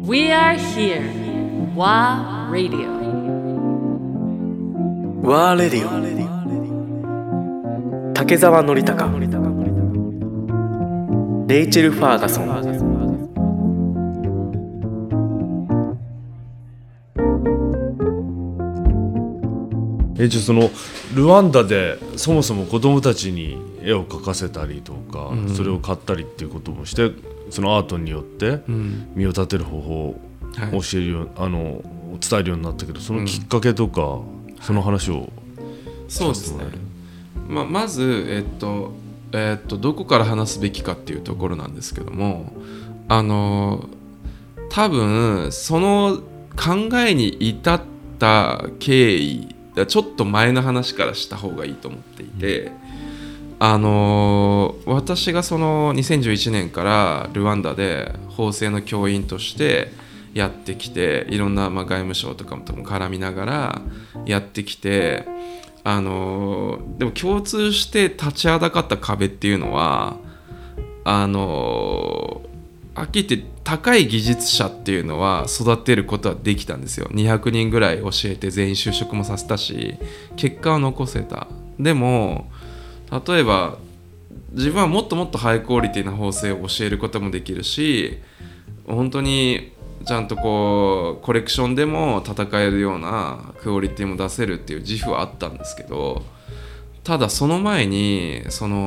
We are here. WA Radio. WA Radio。竹澤典孝、レイチェル・ファーガソン。 じゃあそのルワンダでそもそも子どもたちに絵を描かせたりとか、それを買ったりっていうこともして、そのアートによって身を立てる方法を教えるよう、伝えるようになったけど、そのきっかけとか、その話をそうですね、まず、どこから話すべきかっていうところなんですけども、多分その考えに至った経緯、ちょっと前の話からした方がいいと思っていて、私がその2011年からルワンダで法制の教員としてやってきて、いろんな外務省とかも絡みながらやってきて、でも共通して立ちはだかった壁っていうのは、はっきり言って高い技術者っていうのは育てることはできたんですよ。200人ぐらい教えて全員就職もさせたし、結果は残せた。でも例えば自分はもっともっとハイクオリティな法制を教えることもできるし、本当にちゃんとコレクションでも戦えるようなクオリティも出せるっていう自負はあったんですけど、ただその前に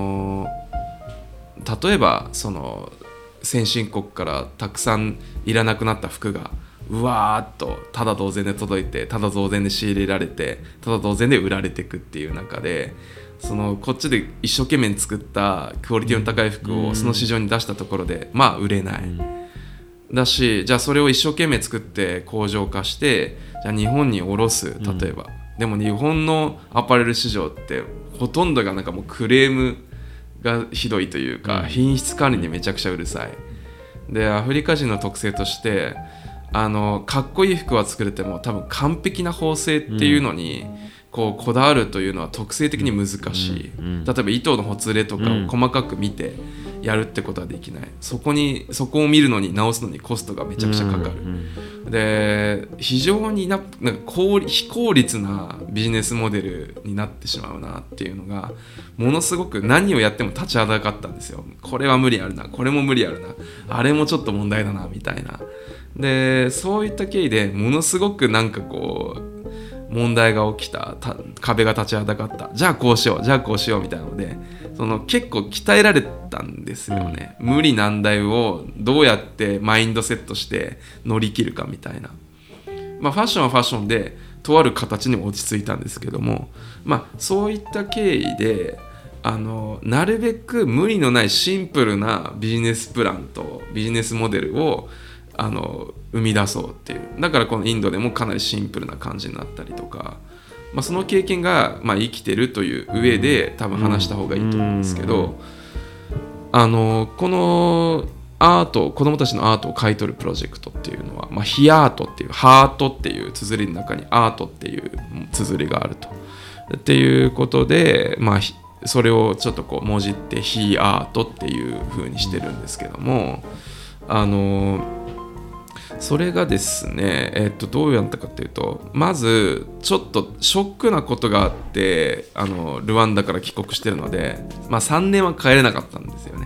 例えば先進国からたくさんいらなくなった服がうわーっとただ同然で届いて、ただ同然で仕入れられて、ただ同然で売られていくっていう中で、こっちで一生懸命作ったクオリティの高い服をその市場に出したところで売れない、だし、じゃあそれを一生懸命作って工場化して、じゃあ日本に卸す、例えば、でも日本のアパレル市場ってほとんどがもうクレームがひどいというか、品質管理にめちゃくちゃうるさい。でアフリカ人の特性として、かっこいい服は作れても多分完璧な縫製っていうのにこだわるというのは特性的に難しい。例えば糸のほつれとかを細かく見てやるってことはできない。そこを見るのに直すのにコストがめちゃくちゃかかる。で非常に非効率なビジネスモデルになってしまうなっていうのが、ものすごく何をやっても立ちはだかったんですよ。これは無理あるな、これも無理あるな、あれもちょっと問題だなみたいな。でそういった経緯でものすごく問題が起きた、壁が立ちはだかった、じゃあこうしよう、じゃあこうしようみたいなので、結構鍛えられたんですよね。無理難題をどうやってマインドセットして乗り切るかみたいな。ファッションはファッションでとある形に落ち着いたんですけども、そういった経緯でなるべく無理のないシンプルなビジネスプランとビジネスモデルを生み出そうっていう。だからこのインドでもかなりシンプルな感じになったりとか、その経験が生きてるという上で多分話した方がいいと思うんですけど、このアート、子どもたちのアートを買い取るプロジェクトっていうのは、ヒアートっていう、ハートっていう綴りの中にアートっていう綴りがあるとっていうことで、それをちょっともじってヒアートっていう風にしてるんですけども、それがですね、どうやったかというと、まずちょっとショックなことがあって、ルワンダから帰国してるので、3年は帰れなかったんですよね。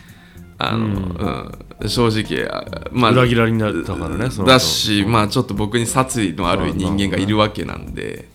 正直、 裏切られになったからね。 だし、ちょっと僕に殺意のある人間がいるわけなんで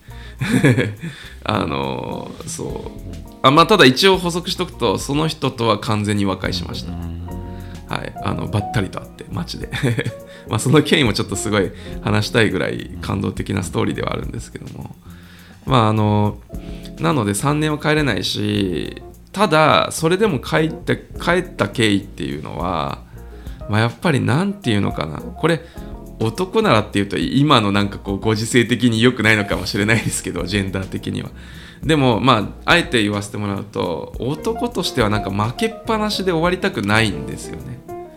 そうただ一応補足しとくと、その人とは完全に和解しました。はい、ばったりと会って街でその経緯もちょっとすごい話したいぐらい感動的なストーリーではあるんですけども、なので3年は帰れないし、ただそれでも帰った経緯っていうのは、やっぱりなんていうのかな、これ男ならっていうと今のご時世的に良くないのかもしれないですけど、ジェンダー的には。でもあえて言わせてもらうと、男としては負けっぱなしで終わりたくないんですよね。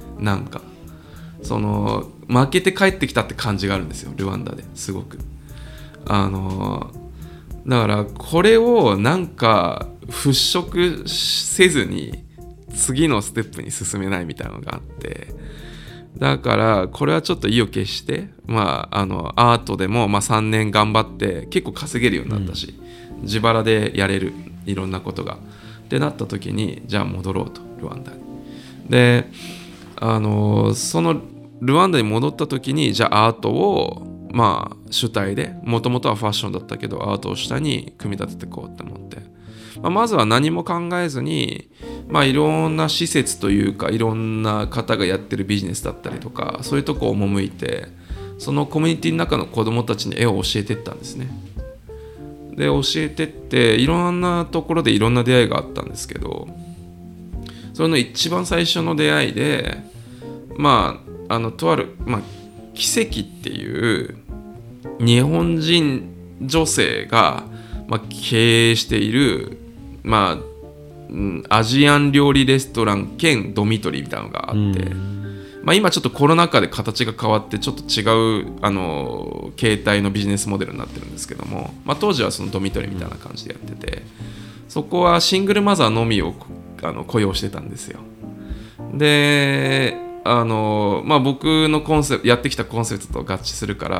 負けて帰ってきたって感じがあるんですよ、ルワンダですごく。だからこれを払拭せずに次のステップに進めないみたいなのがあって、 だからこれはちょっと意を決して、アートでも3年頑張って結構稼げるようになったし、自腹でやれる、いろんなことがってなった時に、じゃあ戻ろうと、ルワンダに。でそのルワンダに戻った時に、じゃあアートを主体で、もともとはファッションだったけどアートを下に組み立てていこうって思って、まずは何も考えずに、いろんな施設というか、いろんな方がやってるビジネスだったりとか、そういうとこを赴いて、そのコミュニティの中の子どもたちに絵を教えていったんですね。で教えてって、いろんなところでいろんな出会いがあったんですけど、それの一番最初の出会いで、とある、奇跡っていう日本人女性が、経営している、アジアン料理レストラン兼ドミトリーみたいなのがあって、今ちょっとコロナ禍で形が変わってちょっと違う形態のビジネスモデルになってるんですけども、当時はそのドミトリーみたいな感じでやってて、そこはシングルマザーのみを雇用してたんですよ。で僕のやってきたコンセプトと合致するから、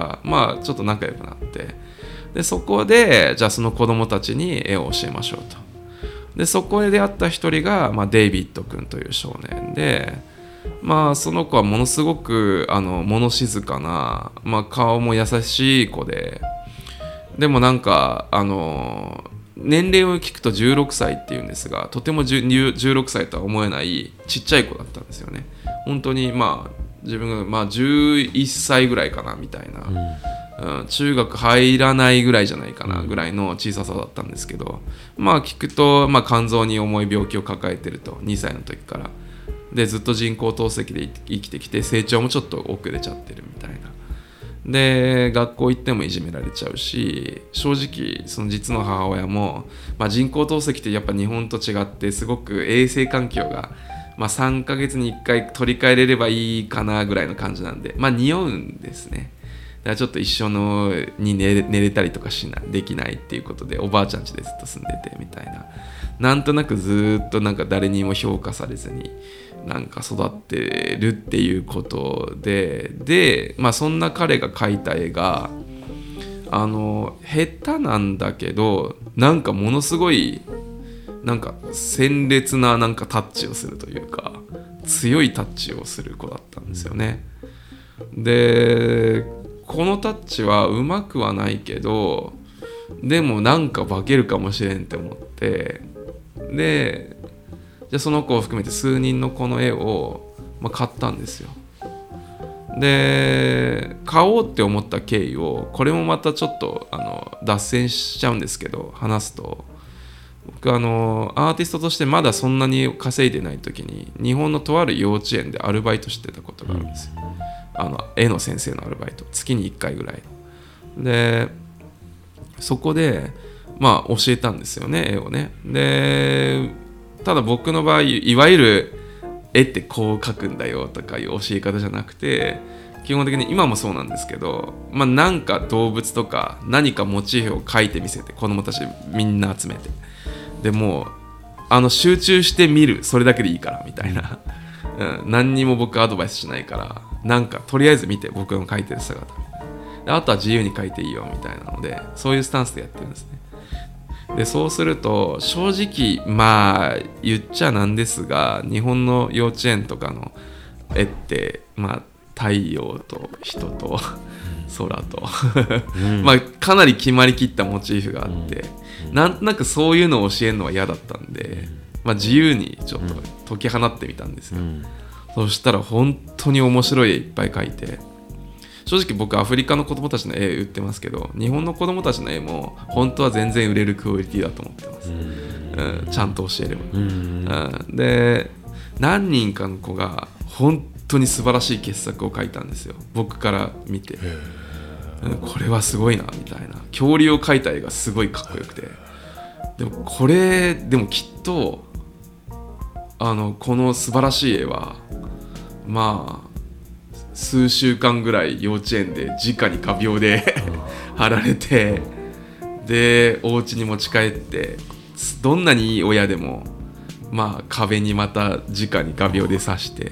ちょっと仲良くなって、でそこでじゃあその子供たちに絵を教えましょうと。でそこで出会った一人が、デイビッド君という少年で、その子はものすごく物静かな、顔も優しい子で、でもなんか年齢を聞くと16歳っていうんですが、とても16歳とは思えないちっちゃい子だったんですよね。本当に自分が11歳ぐらいかなみたいな、中学入らないぐらいじゃないかなぐらいの小ささだったんですけど、聞くと、肝臓に重い病気を抱えてると、2歳の時からでずっと人工透析で生きてきて、成長もちょっと遅れちゃってるみたいな。で学校行ってもいじめられちゃうし、正直その実の母親も、人工透析ってやっぱ日本と違ってすごく衛生環境が、3ヶ月に1回取り替えれればいいかなぐらいの感じなんで、匂うんですね。だからちょっと一緒に寝れたりとかできないっていうことで、おばあちゃん家でずっと住んでてみたいな、なんとなくずっとなんか誰にも評価されずになんか育ってるっていうことで、そんな彼が描いた絵が下手なんだけど、なんかものすごいなんか鮮烈ななんかタッチをするというか、強いタッチをする子だったんですよね。でこのタッチはうまくはないけど、でもなんか化けるかもしれんって思って、でじゃあその子を含めて数人の子の絵を、買ったんですよ。で買おうって思った経緯を、これもまたちょっと脱線しちゃうんですけど話すと、僕アーティストとしてまだそんなに稼いでない時に、日本のとある幼稚園でアルバイトしてたことがあるんですよ。絵の先生のアルバイト、月に1回ぐらいで、そこで教えたんですよね、絵をね。でただ僕の場合、いわゆる絵ってこう描くんだよとかいう教え方じゃなくて、基本的に今もそうなんですけど、なんか動物とか何かモチーフを描いてみせて、子供たちみんな集めて、でも集中して見る、それだけでいいからみたいな、何にも僕アドバイスしないから、なんかとりあえず見て、僕の描いてる姿、あとは自由に描いていいよみたいなので、そういうスタンスでやってるんですね。でそうすると正直言っちゃなんですが、日本の幼稚園とかの絵って太陽と人と空とかなり決まりきったモチーフがあって、なんとなくそういうのを教えるのは嫌だったんで、自由にちょっと解き放ってみたんですよ。そしたら本当に面白い絵いっぱい描いて、正直僕アフリカの子供たちの絵売ってますけど、日本の子供たちの絵も本当は全然売れるクオリティだと思ってます。ちゃんと教えれば。で何人かの子が本当に素晴らしい傑作を描いたんですよ、僕から見て。これはすごいなみたいな、恐竜を描いた絵がすごいかっこよくて、でもこれでもきっとこの素晴らしい絵は数週間ぐらい幼稚園で直に画鋲で貼られて、でお家に持ち帰って、どんなにいい親でも壁にまた直に画鋲で刺して、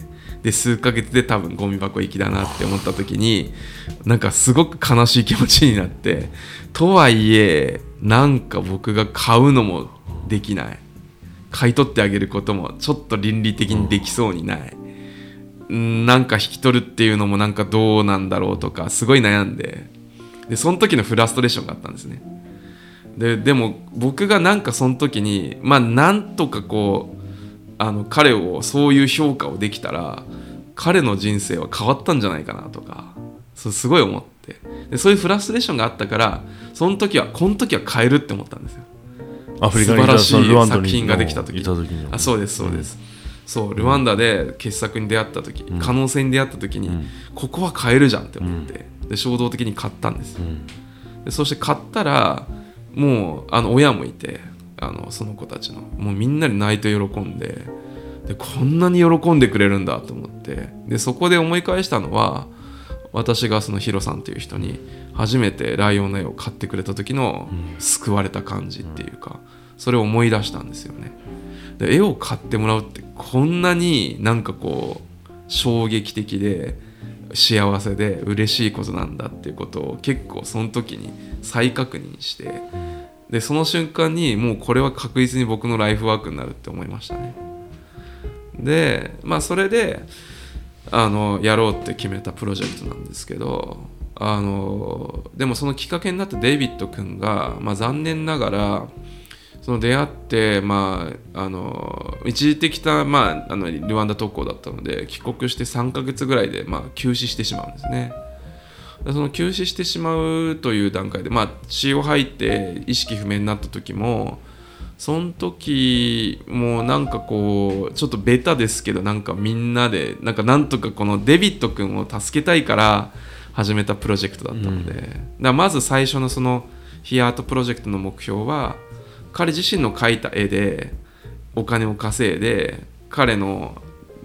で数ヶ月で多分ゴミ箱行きだなって思った時になんかすごく悲しい気持ちになって、とはいえなんか僕が買うのもできない、買い取ってあげることもちょっと倫理的にできそうにない、なんか引き取るっていうのもなんかどうなんだろうとかすごい悩んで、でその時のフラストレーションがあったんですね。でも僕がなんかその時になんとかこう彼をそういう評価をできたら彼の人生は変わったんじゃないかなとかすごい思って、でそういうフラストレーションがあったからこの時は変えるって思ったんですよ。 アフリカに素晴らしいルワンダに作品ができた時いた時にあ、そうですそうです、そうルワンダで傑作に出会った時、可能性に出会った時に、ここは変えるじゃんって思って、で衝動的に買ったんです、でそして買ったらもう親もいてその子たちのもうみんなに泣いて喜んで、こんなに喜んでくれるんだと思って、でそこで思い返したのは私がそのヒロさんという人に初めてライオンの絵を買ってくれた時の救われた感じっていうか、それを思い出したんですよね。で絵を買ってもらうってこんなになんかこう衝撃的で幸せで嬉しいことなんだっていうことを結構その時に再確認して、でその瞬間にもうこれは確実に僕のライフワークになるって思いましたね。でそれでやろうって決めたプロジェクトなんですけど、でもそのきっかけになったデイビッド君が、残念ながらその出会って一時的な、ルワンダ特攻だったので帰国して3ヶ月ぐらいで、急死してしまうんですね。その急死してしまうという段階で、血を吐いて意識不明になった時も、その時もなんかこうちょっとベタですけどなんかみんなでなんとかこのデビッド君を助けたいから始めたプロジェクトだったので、だからまず最初のそのヒアートプロジェクトの目標は彼自身の描いた絵でお金を稼いで彼の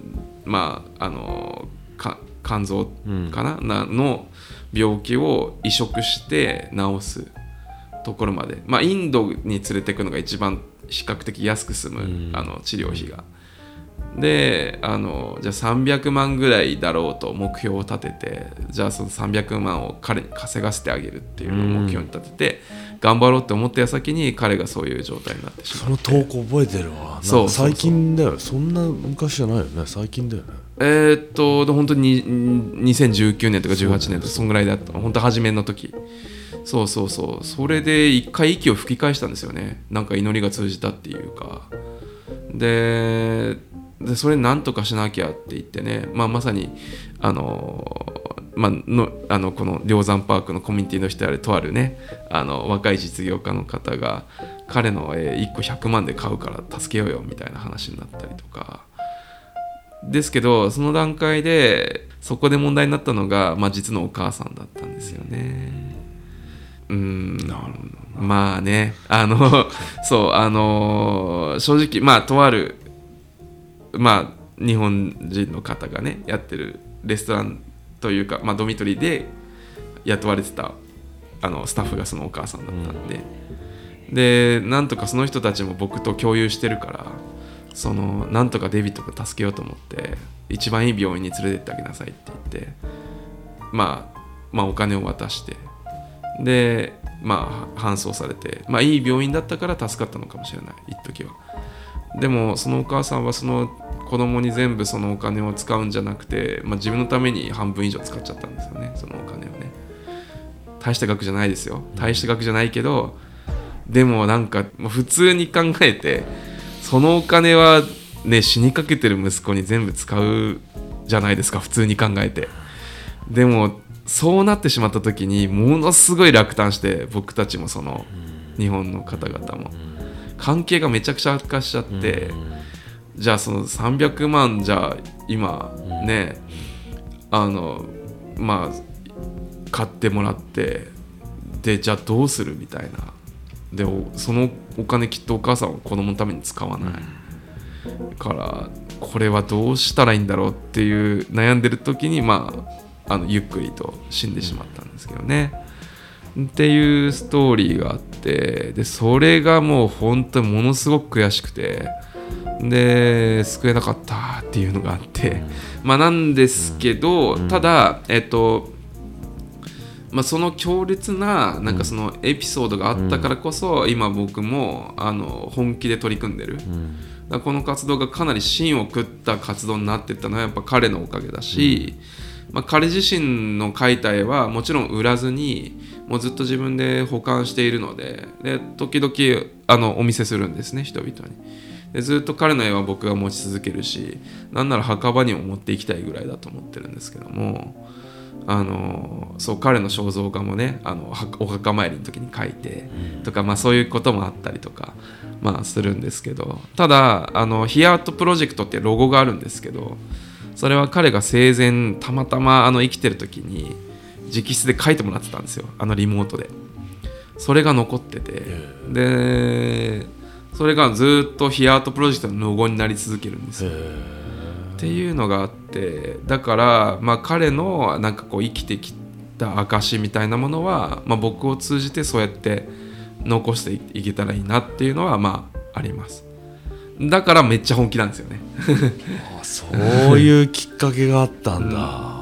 肝臓かな、の病気を移植して治すところまで、インドに連れていくのが一番比較的安く済む、治療費がでじゃあ300万ぐらいだろうと目標を立てて、じゃあその300万を彼に稼がせてあげるっていうのを目標に立てて頑張ろうって思った矢先に彼がそういう状態になってしまって、 その投稿覚えてるわ。そう最近だよ、そんな昔じゃないよね、最近だよね。 本当に2019年とか18年とかそんぐらいだった、本当初めの時。そうそれで一回息を吹き返したんですよね。なんか祈りが通じたっていうかでそれなんとかしなきゃって言ってね、まさにこの梁山パークのコミュニティの人であるとあるね若い実業家の方が彼の1個100万で買うから助けようよみたいな話になったりとかですけど、その段階でそこで問題になったのが、実のお母さんだったんですよね。正直とある日本人の方がねやってるレストランというか、ドミトリーで雇われてたスタッフがそのお母さんだったんで、なんとかその人たちも僕と共有してるから、なんとかデビッドが助けようと思って一番いい病院に連れてってあげなさいって言って、お金を渡して、で搬送されて、いい病院だったから助かったのかもしれない一時は。でもそのお母さんはその子供に全部そのお金を使うんじゃなくて、自分のために半分以上使っちゃったんですよね、そのお金をね。大した額じゃないですよ、大した額じゃないけど、でもなんか普通に考えてそのお金はね死にかけてる息子に全部使うじゃないですか、普通に考えて。でもそうなってしまった時にものすごい落胆して、僕たちもその日本の方々も関係がめちゃくちゃ悪化しちゃって、じゃあその300万じゃあ今ね買ってもらって、でじゃあどうするみたいな。でそのお金きっとお母さんは子供のために使わないから、これはどうしたらいいんだろうっていう悩んでる時にゆっくりと死んでしまったんですけどね、っていうストーリーがあって、でそれがもう本当にものすごく悔しくて、 で救えなかったっていうのがあって、まあなんですけど、ただまあ、その強烈ななんかそのエピソードがあったからこそ、今僕も本気で取り組んでる、だからこの活動がかなり芯を食った活動になっていったのはやっぱ彼のおかげだし、まあ、彼自身の描いた絵はもちろん売らずにもうずっと自分で保管しているので、時々お見せするんですね、人々に。でずっと彼の絵は僕が持ち続けるし、なんなら墓場にも持っていきたいぐらいだと思ってるんですけども、そう彼の肖像画もねお墓参りの時に描いてとか、まあ、そういうこともあったりとか、まあ、するんですけど、ただヒアートプロジェクトってロゴがあるんですけど、それは彼が生前たまたま生きてる時に直筆で描いてもらってたんですよ、リモートで。それが残ってて、でそれがずっとヒアートプロジェクトのロゴになり続けるんですよっていうのがあって、だからまあ彼のなんかこう生きてきた証みたいなものは、まあ、僕を通じてそうやって残していけたらいいなっていうのはまああります。だからめっちゃ本気なんですよねそういうきっかけがあったんだ、